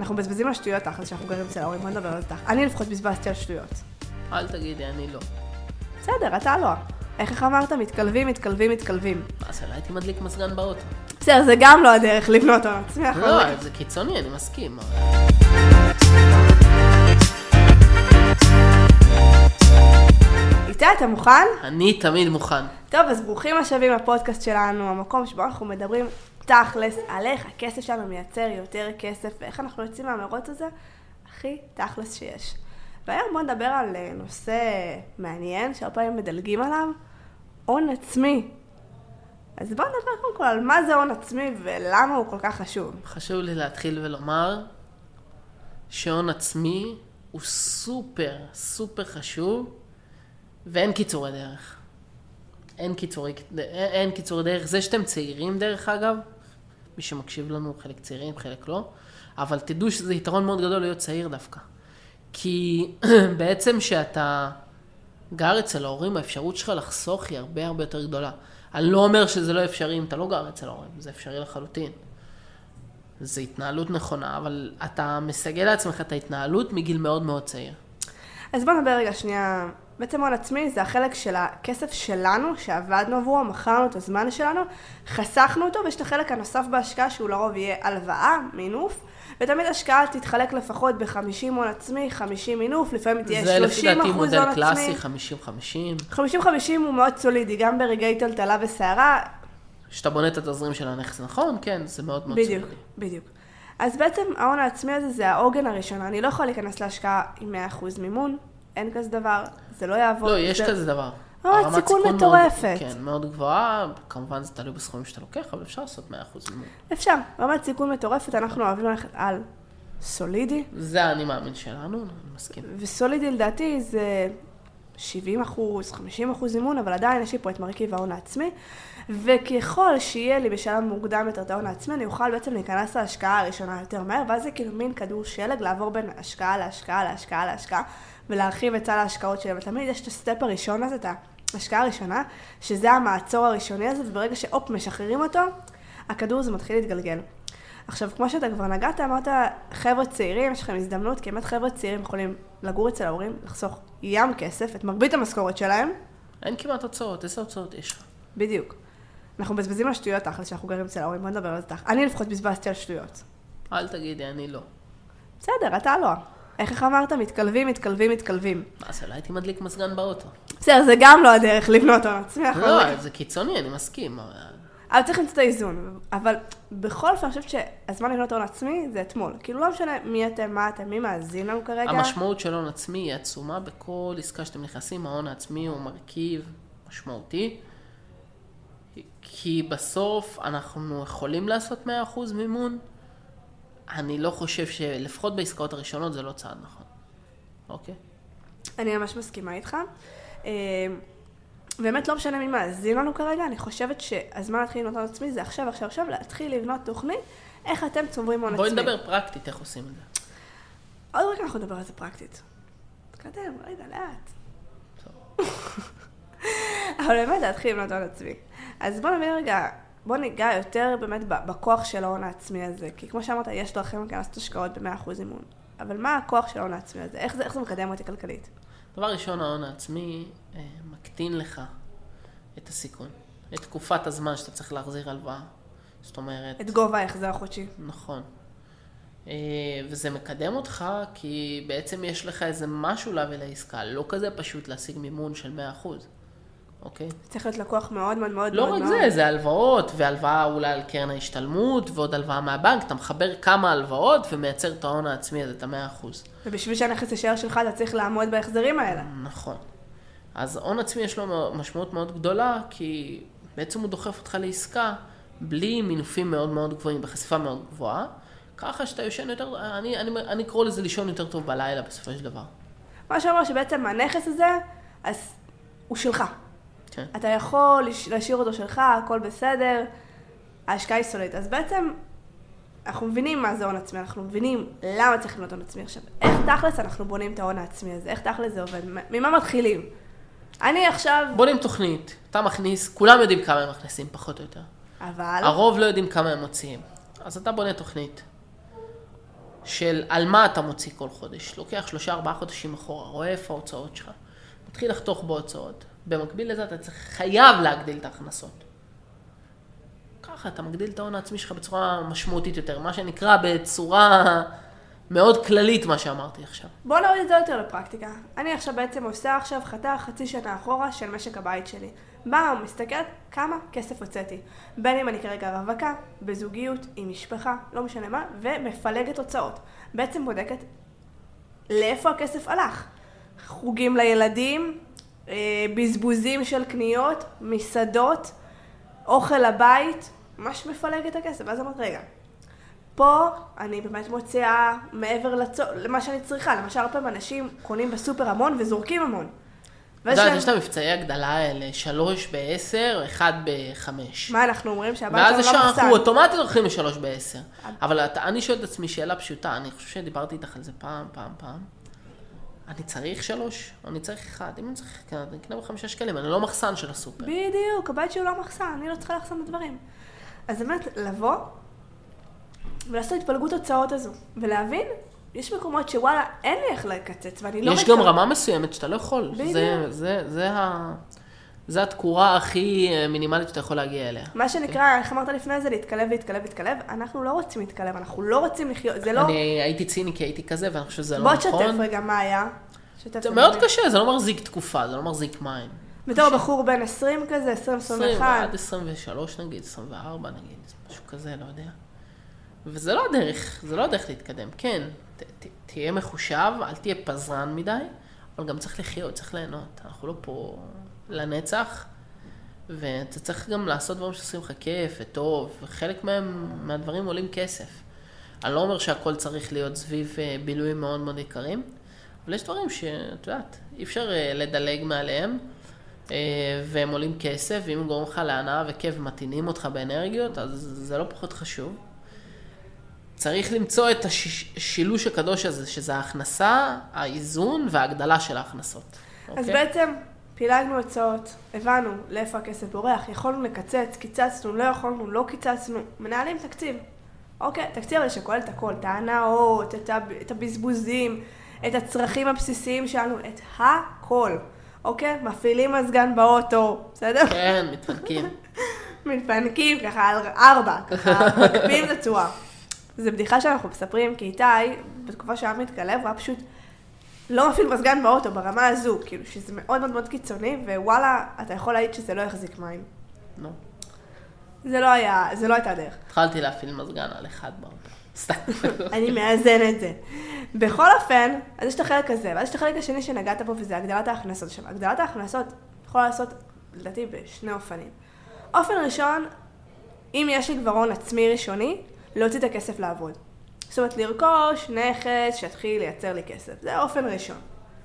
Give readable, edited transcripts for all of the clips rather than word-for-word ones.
אנחנו מבזבזים על שטויות אחרי שאנחנו גרים אצל ההורים, בוא נדבר על זה. אני לפחות בזבזתי על שטויות. אל תגידי, אני לא. בסדר, אתה לא. איך אמרת? מתקלבים. אז לא הייתי מדליק מזגן באוטו. בסדר, זה גם לא הדרך לבנות הון עצמי. לא, זה קיצוני, אני מסכים. איתי, אתה מוכן? אני תמיד מוכן. טוב, אז ברוכים השבים לפודקאסט שלנו, המקום שבו אנחנו מדברים תכלס על איך הכסף שלנו מייצר יותר כסף, ואיך אנחנו יוצאים מהמרוץ הזה הכי תכלס שיש. והיום בוא נדבר על נושא מעניין, שהרבה פעמים מדלגים עליו, הון עצמי. אז בוא נדבר קודם כל על מה זה הון עצמי ולמה הוא כל כך חשוב. חשוב לי להתחיל ולומר שהון עצמי הוא סופר חשוב, ואין קיצורי דרך. אין קיצורי דרך. זה שאתם צעירים דרך אגב, מי שמקשיב לנו חלק צעירים, חלק לא, אבל תדעו שזה יתרון מאוד גדול להיות צעיר דווקא. כי בעצם שאתה גר אצל ההורים, האפשרות שלך לחסוך היא הרבה יותר גדולה. אני לא אומר שזה לא אפשרי אם אתה לא גר אצל ההורים, זה אפשרי לחלוטין. זה התנהלות נכונה, אבל אתה מסגל לעצמך את ההתנהלות מגיל מאוד צעיר. אז בוא נדבר רגע שנייה. בעצם הון עצמי זה החלק של הכסף שלנו, שעבדנו עבורו, מכרנו את הזמן שלנו, חסכנו אותו, ויש את החלק הנוסף בהשקעה שהוא לרוב יהיה הלוואה, מינוף, ותמיד השקעה תתחלק לפחות ב-50 הון עצמי, 50 מינוף, לפעמים תהיה 30% הון עצמי. זה לפי דעתי מודל קלאסי, 50-50. 50-50 הוא מאוד סולידי, גם ברגעי טלטלה וסערה. שאתה בונה את התזרים של הנכס, נכון? כן, זה מאוד סולידי. בדיוק. אז בעצם ההון העצמי הזה זה העוגן הראשון. אני לא יכולה להיכנס להשקעה עם 100% מימון. אין כזה דבר, זה לא יעבוד. לא, יש כזה דבר. רמת סיכון מטורפת. כן, מאוד גבוהה, כמובן זה תלוי בסכומים שאתה לוקח, אבל אפשר לעשות 100% מימון. אפשר, רמת סיכון מטורפת, אנחנו אוהבים ללכת על סולידי. זה אני מאמין שלנו, אני מסכים. וסולידי לדעתי זה 70%, 50% מימון, אבל עדיין יש לי פה את מרכיב ההון העצמי, וככל שיהיה לי בשלב מוקדם יותר את ההון העצמי, אני אוכל בעצם להיכנס להשקעה הראשונה יותר מהר, ואז זה כאילו מין כדור שלג, לעבור בין השקעה להשקעה, ולהרחיב את סל ההשקעות שלי. ותמיד יש את הסטפ הראשון הזה, את ההשקעה הראשונה, שזה המעצור הראשוני הזה, וברגע שאופ משחררים אותו, הכדור הזה מתחיל להתגלגל. עכשיו, כמו שאתה כבר נגעת, אמרת, חבר'ה צעירים, יש לכם הזדמנות, כי באמת חבר'ה צעירים יכולים לגור אצל ההורים, לחסוך ים כסף, את מרבית המשכורת שלהם. אין כמעט הוצאות, איזה הוצאות יש? בדיוק. אנחנו מבזבזים על שטויות אחרי שאנחנו גרים אצל ההורים, בוא נדבר על זה. אני לפחות בזבזתי על שטויות. אל תגידי, אני לא. בסדר, אתה לא. איך אמרת? מתקלבים. אז לא הייתי מדליק מזגן באוטו. בסדר, זה גם לא הדרך לבנות הון עצמי. לא, זה קיצוני, אני מסכים. אבל צריך למצוא את האיזון. אבל בכל אופן, אני חושבת שהזמן לבנות הון עצמי זה אתמול. כאילו לא משנה מי אתם, מה אתם, מי מאזין לנו כרגע. המשמעות של הון עצמי היא עצומה בכל עסקה שאתם נכנסים. ההון העצמי הוא מרכיב משמעותי. כי בסוף אנחנו יכולים לעשות 100% מימון. אני לא חושב שלפחות בעסקאות הראשונות זה לא צעד נכון. אוקיי? אני ממש מסכימה איתך. באמת לא משנה מי מאזין לנו כרגע, אני חושבת שהזמן להתחיל לבנות הון עצמי זה עכשיו, להתחיל לבנות תוכנית, איך אתם צוברים הון עצמי. בואי נדבר פרקטית, איך עושים את זה. עוד רגע אנחנו נדבר על זה פרקטית. תקדם, רגע, לאט. אבל באמת להתחיל לבנות הון עצמי. אז בוא ניגע יותר באמת בכוח של ההון העצמי הזה, כי כמו שאמרת, יש דרכים להיכנס השקעות ב-100% אימון. אבל מה הכוח של ההון העצמי הזה? איך זה מקדם אותי כלכלית? דבר ראשון, ההון העצמי מקטין לך את הסיכון, את תקופת הזמן שאתה צריך להחזיר הלוואה. זאת אומרת... את גובה ההחזר החודשי. נכון. וזה מקדם אותך כי בעצם יש לך איזה משהו להביא לעסקה, לא כזה פשוט להשיג מימון של 100%. אוקיי? צריך להיות לקוח מאוד. לא רק זה הלוואות, והלוואה אולי על קרן ההשתלמות, ועוד הלוואה מהבנק, אתה מחבר כמה הלוואות ומייצר את ההון העצמי הזה, את 100%. ובשביל שהנכס יישאר שלך, אתה צריך לעמוד בהחזרים האלה. נכון. אז ההון עצמי יש לו משמעות מאוד גדולה, כי בעצם הוא דוחף אותך לעסקה, בלי מינופים מאוד גבוהים, בחשיפה מאוד גבוהה, ככה שאתה יושן יותר, אני קורא לזה לישון יותר טוב בלילה בסופו של דבר. מה שאומר שבעצם הנכס הזה, אז הוא שלך. כן. אתה יכול להשאיר אותו שלך, הכל בסדר, ההשקעה היא סולית. אז בעצם אנחנו מבינים מה זה הון עצמי, אנחנו מבינים למה צריך לבנות הון עצמי. עכשיו, איך תכלס אנחנו בונים את ההון העצמי הזה? איך תכלס זה עובד? ממה מתחילים? אני עכשיו... בונים תוכנית, אתה מכניס, כולם יודעים כמה הם מכניסים, פחות או יותר. אבל... הרוב לא יודעים כמה הם מוציאים. אז אתה בונה תוכנית. של על מה אתה מוציא כל חודש. לוקח 3-4 חודשים אחורה, רואה איפה ההוצאות שלך. מתחיל לחתוך בהוצאות. במקביל לזה אתה חייב להגדיל את ההכנסות. ככה אתה מגדיל את ההון העצמי שלך בצורה משמעותית יותר, מה שנקרא בצורה מאוד כללית מה שאמרתי עכשיו. בוא נוריד את זה יותר לפרקטיקה. אני עכשיו בעצם עושה חצי שנה אחורה של משק הבית שלי. באה ומסתכלת כמה כסף הוצאתי. בין אם אני כרגע רווקה, בזוגיות, עם משפחה, לא משנה מה, ומפלגת הוצאות. בעצם בודקת לאיפה הכסף הלך. חוגים לילדים, בזבוזים של קניות, מסעדות, אוכל לבית, ממש מפלג את הכסף. ואז אמרת, רגע, פה אני באמת מוציאה מעבר למה שאני צריכה. למשל, הרבה פעמים אנשים קונים בסופר המון וזורקים המון. יש את המבצעי הגדלה האלה, 3 ב-10, 1 ב-5. מה אנחנו אומרים? שהבית שלנו לא מחסן. ואז אנחנו אוטומטית הולכים ל-3 ב-10. אבל אני שואל את עצמי שאלה פשוטה, אני חושב שדיברתי איתך על זה פעם. אני צריך 3 או אני צריך 1? אם אני צריך 1, אני אקנה ב5 שקלים, אני לא מחסן של הסופר. בדיוק, הבית שהוא לא מחסן, אני לא צריכה לחסן את הדברים. אז באמת, לבוא ולעשות התפלגות הוצאות הזו, ולהבין, יש מקומות שוואלה, אין לי איך לקצץ, ואני לא... יש גם רמה מסוימת שאתה לא יכול. בדיוק. זה התקורה הכי מינימלית שאתה יכול להגיע אליה. מה שנקרא, איך אמרת לפני זה, להתקלב, אנחנו לא רוצים להתקלב, אנחנו לא רוצים לחיות, זה לא... אני הייתי ציני כי הייתי כזה, ואני חושב שזה לא נכון. בוא תשתף רגע מה היה. זה מאוד קשה, זה לא מחזיק תקופה, זה לא מחזיק מים. בתור בחור בין 20 כזה, 21. עד 23 נגיד, 24 נגיד, משהו כזה, לא יודע. וזה לא הדרך, זה לא הדרך להתקדם. כן, תהיה מחושב, אל תהיה פזרן מדי, אבל גם צריך לחיות, צריך ליהנות. אנחנו לא פה לנצח, ואתה צריך גם לעשות דברים שעושים לך כיף וטוב, וחלק מהדברים עולים כסף. אני לא אומר שהכל צריך להיות סביב בילויים מאוד מאוד יקרים, אבל יש דברים שאת יודעת, אי אפשר לדלג מעליהם, והם עולים כסף, ואם הם גורמים לך להנאה וכיף ומתאינים אותך באנרגיות, אז זה לא פחות חשוב. צריך למצוא את השילוש הקדוש הזה, שזה ההכנסה, האיזון וההגדלה של ההכנסות. אז בעצם פילגנו הוצאות, הבנו לאיפה הכסף בורח, יכולנו לקצץ, קיצצנו, לא יכולנו, לא קיצצנו, מנהלים תקציב. אוקיי, תקציב אבל שכולל את הכל, את ההנאות, את הבזבוזים, את הצרכים הבסיסיים שלנו, את הכל. אוקיי? מפעילים מזגן באוטו, בסדר? כן, מתפנקים. מתפנקים, ככה על 4, ככה מקפיאים את הצורה. זו בדיחה שאנחנו מספרים, כי איתי, בתקופה שהיה מתקלב, הוא היה פשוט לא מפעיל מזגן באוטו ברמה הזו, כאילו שזה מאוד מאוד מאוד קיצוני, ווואלה, אתה יכול להעיד שזה לא יחזיק מים. לא. זה לא הייתה דרך. התחלתי להפעיל מזגן על 1 באוטו. סתם. אני מאזן את זה. בכל אופן, אז יש את החלק הזה, ואז יש את החלק השני שנגעת בו, וזה הגדלת ההכנסות שלנו. הגדלת ההכנסות יכולה לעשות, לדעתי, בשני אופנים. אופן ראשון, אם יש לי כבר הון עצמי ראשוני, להוציא את הכסף לעבוד. זאת אומרת, לרכוש נכס שיתחיל לייצר לי כסף. זה אופן ראשון.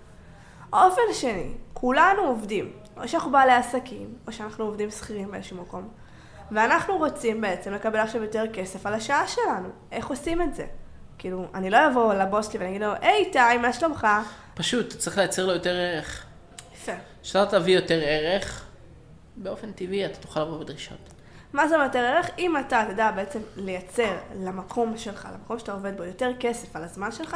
אופן שני, כולנו עובדים. או שאנחנו בעלי עסקים, או שאנחנו עובדים שכירים באיזשהו מקום. ואנחנו רוצים בעצם לקבל עכשיו יותר כסף על השעה שלנו. איך עושים את זה? כאילו, אני לא אבוא לבוס שלי ואני אגיד לו, היי איתי, מה שלומך? פשוט, צריך לייצר לו יותר ערך. יפה. כשאתה תביא יותר ערך, באופן טבעי אתה תוכל לבוא בדרישות. מה זה יותר ערך? אם אתה תדע בעצם לייצר למקום שלך, למקום שאתה עובד בו, יותר כסף על הזמן שלך,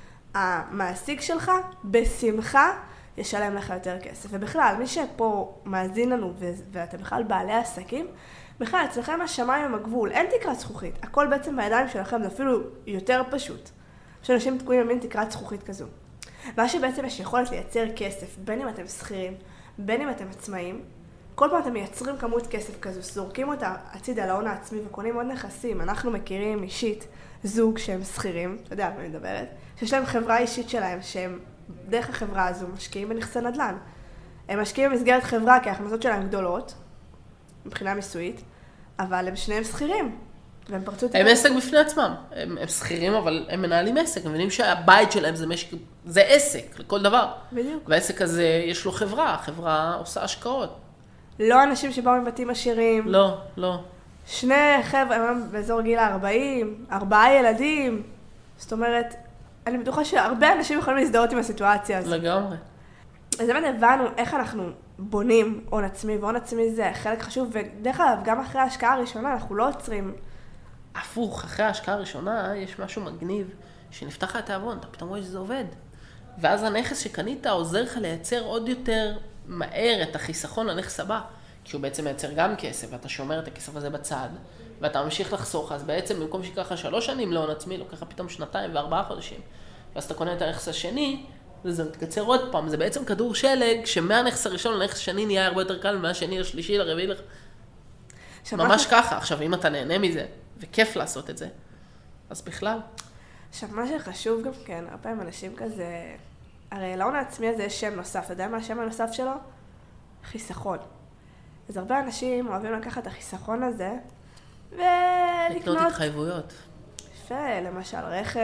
המעסיק שלך בשמחה ישלם לך יותר כסף. ובכלל, מי שפה מאזין לנו ואתם בכלל בעלי עסקים, בכלל, אצלכם השמיים הם הגבול, אין תקרת זכוכית. הכל בעצם בידיים שלכם, זה אפילו יותר פשוט. שאנשים תקועים במין תקרת זכוכית כזו. מה שבעצם יש יכולת לייצר כסף, בין אם אתם שכירים, בין אם אתם עצמאים, כל פעם אתם מייצרים כמות כסף כזו, זורקים אותה הצידה להון העצמי וקונים עוד נכסים. אנחנו מכירים אישית זוג שהם שכירים, אתה יודע, אני מדברת, שיש להם חברה אישית שלהם, שהם דרך החברה הזו משקיעים בנכסי נדל"ן. הם משקיעים במסגרת חברה כי ההכנסות שלהם גדולות, מבחינה מיסויית, אבל הם שניהם שכירים. והם פרצו את... הם עסק בפני עצמם. הם שכירים, אבל הם מנהלים עסק. הם מבינים שהבית שלהם זה עסק לכל דבר. בדיוק. והעסק הזה יש לו חברה. החברה עושה השקעות. לא אנשים שבאו מבתים עשירים. לא, לא. שני חבר'ה, הם באזור גיל 40, 4 ילדים. זאת אומרת, אני בטוחה שהרבה אנשים יכולים להזדהות עם הסיטואציה הזאת. לגמרי. אז באמת הבנו איך אנחנו בונים הון עצמי, והון עצמי זה חלק חשוב, ודרך אגב, גם אחרי ההשקעה הראשונה אנחנו לא עוצרים. הפוך, אחרי ההשקעה הראשונה יש משהו מגניב, שנפתח התיאבון, אתה פתאום רואה שזה עובד. ואז הנכס שקנית עוזר לך לייצר עוד יותר מהר את החיסכון לנכס הבא, כי הוא בעצם מייצר גם כסף, ואתה שומר את הכסף הזה בצד, ואתה ממשיך לחסוך, אז בעצם במקום שיקח 3 שנים להון עצמי, לוקח פתאום 2 ו4 חודשים. ואז אתה קונה את הנכס השני, וזה מתקצר עוד פעם, זה בעצם כדור שלג, שמהנכס הראשון לנכס השני נהיה הרבה יותר קל, מהשני לשלישי לרביעי ממש ככה. עכשיו, אם אתה נהנה מזה, וכיף לעשות את זה, אז בכלל. עכשיו, מה שחשוב גם כן, הרבה פעמים אנשים כזה, הרי להון העצמי הזה יש שם נוסף, אתה יודע מה השם הנוסף שלו? חיסכון. אז הרבה אנשים אוהבים לקחת את החיסכון הזה, לקנות התחייבויות. יפה, למשל רכב.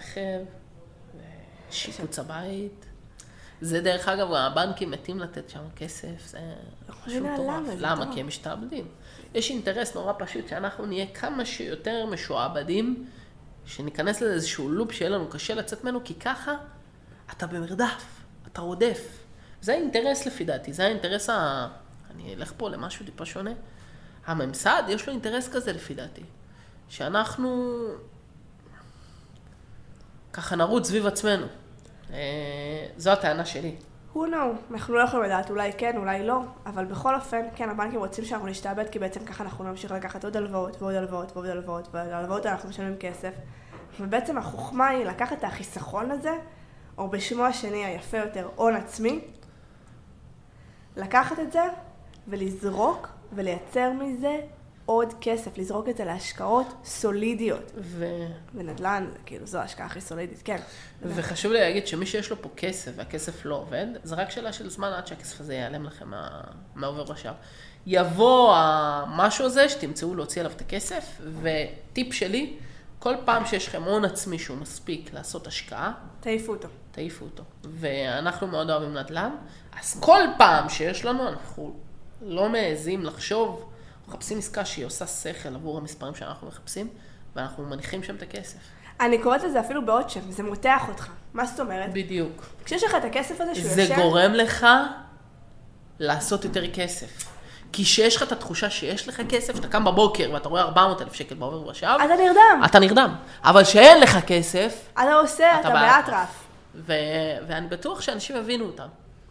שיפוץ הבית. זה דרך אגב, הבנקים מתים לתת שם כסף, זה פשוט טורף. למה? כי הם משתעבדים. יש אינטרס נורא פשוט שאנחנו נהיה כמה שיותר משועבדים, שניכנס לאיזשהו לופ שיהיה לנו קשה לצאת ממנו, כי ככה אתה במרדף, אתה רודף. זה האינטרס לפי דעתי, זה האינטרס אני אלך פה למשהו טיפה שונה. הממסד יש לו אינטרס כזה לפי דעתי, שאנחנו ככה נרוץ סביב עצמנו. זו הטענה שלי. who know, אנחנו לא יכולים לדעת, אולי כן, אולי לא, אבל בכל אופן, כן, הבנקים רוצים שאנחנו נשתעבד, כי בעצם ככה אנחנו נמשיך לקחת עוד הלוואות ועוד הלוואות ועוד הלוואות, והלוואות אנחנו משלמים כסף. ובעצם החוכמה היא לקחת את החיסכון הזה, או בשמו השני היפה יותר, הון עצמי, לקחת את זה ולזרוק ולייצר מזה עוד כסף, לזרוק את זה להשקעות סולידיות. ונדל"ן, כאילו, זו ההשקעה הכי סולידית, כן. וחשוב לי להגיד שמי שיש לו פה כסף והכסף לא עובד, זה רק שאלה של זמן עד שהכסף הזה ייעלם לכם מהעובר ושב. יבוא המשהו הזה שתמצאו להוציא עליו את הכסף, וטיפ שלי, כל פעם שיש לכם הון עצמי שהוא מספיק לעשות השקעה, תעיפו אותו. ואנחנו מאוד אוהבים נדל"ן, אז כל פעם שיש לנו, אנחנו לא מעזים לחשוב, מחפשים עסקה שהיא עושה שכל עבור המספרים שאנחנו מחפשים, ואנחנו מניחים שם את הכסף. אני קוראת לזה אפילו בעוד שם, זה מותח אותך. מה זאת אומרת? בדיוק. כשיש לך את הכסף הזה שהוא זה יושב... זה גורם לך לעשות יותר כסף. כי שיש לך את התחושה שיש לך כסף, שאתה קם בבוקר ואתה רואה 400,000 שקל בעובר ושב, אתה נרדם. אבל שאין לך כסף, אתה עושה, אתה באטרף. ואני בטוח שאנשים הבינו אותם.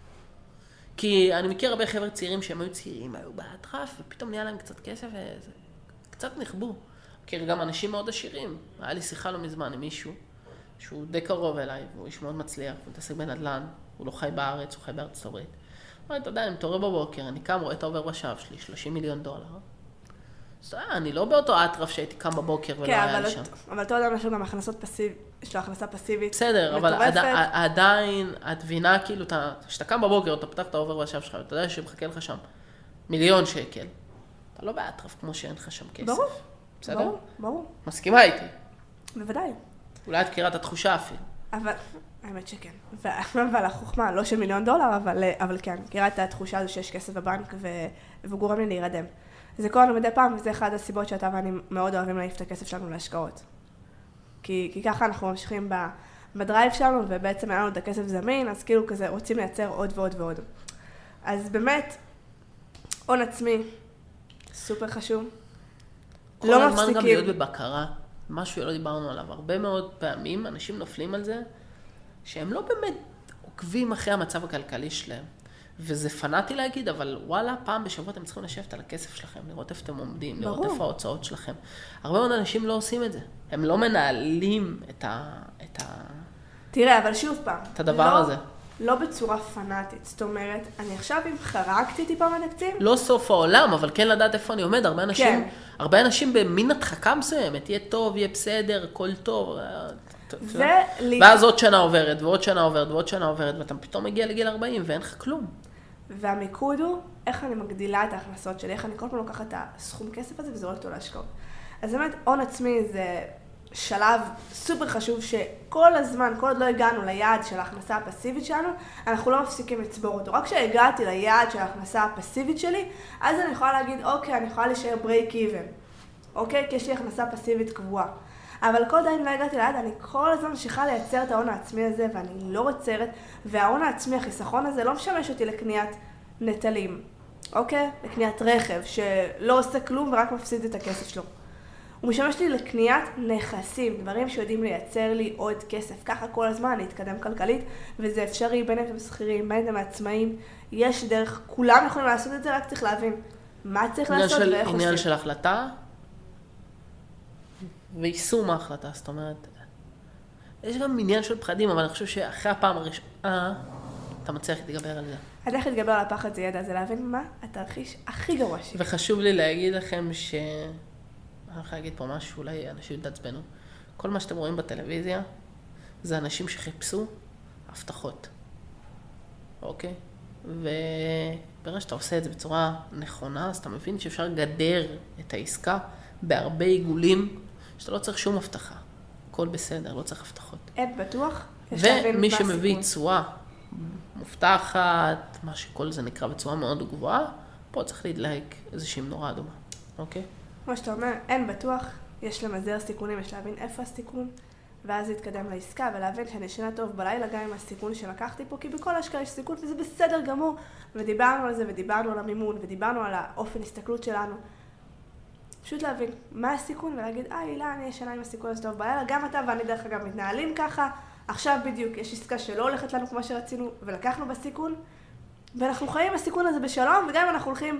כי אני מכיר הרבה חבר'ה צעירים שהם היו צעירים, היו באטרף, ופתאום נהיה להם קצת כסף, וקצת נכבו. מכיר גם אנשים מאוד עשירים. היה לי שיחה לא מזמן עם מישהו, שהוא די קרוב אליי, והוא איש מאוד מצליח, הוא מתעסק בנדל"ן, הוא לא חי בארץ, הוא חי בארצות הברית. אבל אתה יודע, אני מתעורר בבוקר, אני קם, רואה את העובר ושב שלי, $30 מיליון. אז אני לא באותו אטרף שהייתי קם בבוקר ולא היה לי שם. אבל אתה יודע, יש לו גם הכנסות פסיבית, יש לו הכנסה פסיבית. בסדר, אבל עדיין, התבינה, כאילו, כשאתה קם בבוקר, אתה פתח את העובר ושב שלך, ואתה יודע שמחכה לך שם $1,000,000. אתה לא באטרף כמו שאין לך שם כסף. ברור. בסדר? ברור. מסכימה איתי. בוודאי. אולי את מכירה את התחושה אפילו. אבל, האמת שכן. אבל החוכמה, לא של $1,000,000, אבל כן, מכירה את התחושה הזו שיש כסף בבנק והוא גורם לי להירדם. זה קורה לנו מדי פעם, וזה אחד הסיבות שאתה ואני מאוד אוהבים להעיף את הכסף שלנו להשקעות. כי ככה אנחנו ממשיכים בדרייב שלנו, ובעצם היה לנו את הכסף זמין, אז כאילו כזה רוצים לייצר עוד ועוד ועוד. אז באמת, הון עצמי, סופר חשוב. כל הזמן גם להיות בבקרה, משהו שלא דיברנו עליו. הרבה מאוד פעמים אנשים נופלים על זה, שהם לא באמת עוקבים אחרי המצב הכלכלי שלהם. וזה פנאטי להגיד, אבל וואלה, פעם בשבוע אתם צריכים לשבת על הכסף שלכם, לראות איפה אתם עומדים, לראות איפה ההוצאות שלכם. הרבה מאוד אנשים לא עושים את זה. הם לא מנהלים תראה, אבל שוב פעם. את הדבר הזה. לא בצורה פנאטית. זאת אומרת, אני עכשיו אם חרקתי טיפה מהתקציב? לא סוף העולם, אבל כן לדעת איפה אני עומד. הרבה אנשים במין הדחקה מסוימת, יהיה טוב, יהיה בסדר, הכל טוב. ואז עוד שנה עוברת, ועוד שנה עוברת, ועוד שנה עוברת, ואתה פתאום מגיע לגיל 40 ואין לך כלום. והמיקוד הוא, איך אני מגדילה את ההכנסות שלי, איך אני כל פעם לוקחת את הסכום כסף הזה וזורק אותו להשקעות. אז באמת, הון עצמי זה שלב סופר חשוב שכל הזמן, כל עוד לא הגענו ליעד של ההכנסה הפסיבית שלנו, אנחנו לא מפסיקים לצבור אותו. רק כשהגעתי ליעד של ההכנסה הפסיבית שלי, אז אני יכולה להגיד, אוקיי, אני יכולה להישאר break even. אוקיי? כי יש לי הכנסה פסיבית קבועה. אבל כל עדיין לא הגעתי ליעד, אני כל הזמן ממשיכה לייצר את ההון העצמי הזה, ואני לא עוצרת, וההון העצמי, החיסכון הזה, לא משמש אותי לקניית נטלים, אוקיי? לקניית רכב, שלא עושה כלום ורק מפסיד את הכסף שלו. הוא משמש לי לקניית נכסים, דברים שיודעים לייצר לי עוד כסף. ככה כל הזמן להתקדם כלכלית, וזה אפשרי בין אתם שכירים, בין אתם עצמאים. יש דרך, כולם יכולים לעשות את זה, רק צריך להבין מה צריך לעשות ואיך עושים. עניין של החלטה ויישום ההחלטה, זאת אומרת, יש גם עניין של פחדים, אבל אני חושב שאחרי הפעם הראשונה, אתה מצליח להתגבר על זה. הדרך להתגבר על הפחד זה ידע, זה להבין מה התרחיש הכי גרוע שלי. וחשוב לי להגיד לכם אני הולך להגיד פה משהו, אולי אנשים יתעצבנו. כל מה שאתם רואים בטלוויזיה, זה אנשים שחיפשו הבטחות. אוקיי? וברגע שאתה עושה את זה בצורה נכונה, אז אתה מבין שאפשר לגדר את העסקה בהרבה עיגולים, שאתה לא צריך שום הבטחה. הכל בסדר, לא צריך הבטחות. אין בטוח. ומי שמביא תשואה מובטחת, מה שכל זה נקרא בצורה מאוד גבוהה, פה צריך להדליק איזושהי נורה אדומה. אוקיי? כמו שאתה אומר, אין בטוח, יש למזער סיכונים, יש להבין איפה הסיכון, ואז להתקדם לעסקה ולהבין שאני ישנה טוב בלילה גם עם הסיכון שלקחתי פה, כי בכל השקעה יש סיכון וזה בסדר גמור. ודיברנו על זה, ודיברנו על המימון, ודיברנו על האופן הסתכלות שלנו. פשוט להבין מה הסיכון ולהגיד, הילה, אני ישנה עם הסיכון הזה טוב בלילה, גם אתה ואני דרך אגב מתנהלים ככה, עכשיו בדיוק יש עסקה שלא הולכת לנו כמו שרצינו, ולקחנו בסיכון, ואנחנו חיים עם הסיכון הזה בשלום, וגם אם אנחנו הולכים,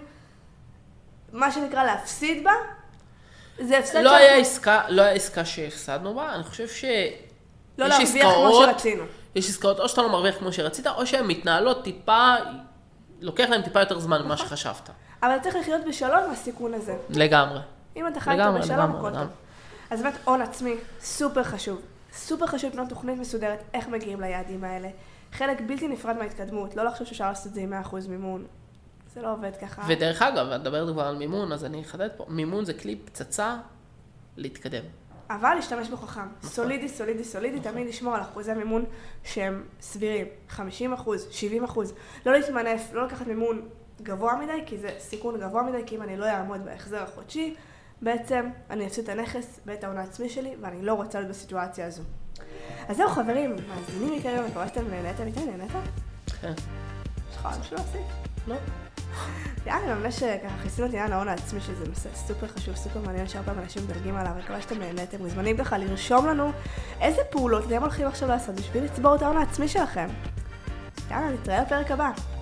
מה שנקרא להפסיד בה, זה הפסד לא היה עסקה שהפסדנו בה, אני חושב ש... לא להרוויח כמו שרצינו. יש עסקאות, או שאתה לא מרוויח כמו שרצית, או שהן מתנהלות טיפה, לוקח להן טיפה יותר זמן ממה שחשבת. אבל צריך לחיות בשלום מהסיכון הזה. לגמרי. אם אתה חי איתו בשלום, הכל טוב. אז באמת, הון עצמי, סופר חשוב. סופר חשוב לבנות תוכנית מסודרת, איך מגיעים ליעדים האלה. חלק בלתי נפרד מההתקדמות, לא לחשוב שאפשר לעשות את זה עם 100% מימון. זה לא עובד ככה. ודרך אגב, אני מדבר כבר על מימון, אז אני אחדד פה, מימון זה כלי פצצה להתקדם. אבל להשתמש בחכם. סולידי, תמיד לשמור על אחוזי מימון שהם סבירים. 50%, 70%. לא להתמנף, לא לקחת מימון גבוה מדי, כי זה סיכון גבוה מדי, כי אם אני לא אעמוד בהחזר החודשי, בעצם אני אפסיד את הנכס ואת ההון העצמי שלי, ואני לא רוצה להיות בסיטואציה הזו. אז זהו חברים, מאזינים יקרים, מקווה שאתם נהנתם איתי, נהנית? כן. יש לך משהו להוסיף? לא. יאללה, ממש ככה חיסינו את עניין ההון העצמי, שזה נושא סופר חשוב, סופר מעניין שהרבה אנשים מדרגים עליו, מקווה שאתם נהנתם, מוזמנים ככה לרשום לנו איזה פעולות אתם הולכים עכשיו לעשות בשביל לצבור את ההון העצמי שלכם. יאללה, נתראה בפרק הבא.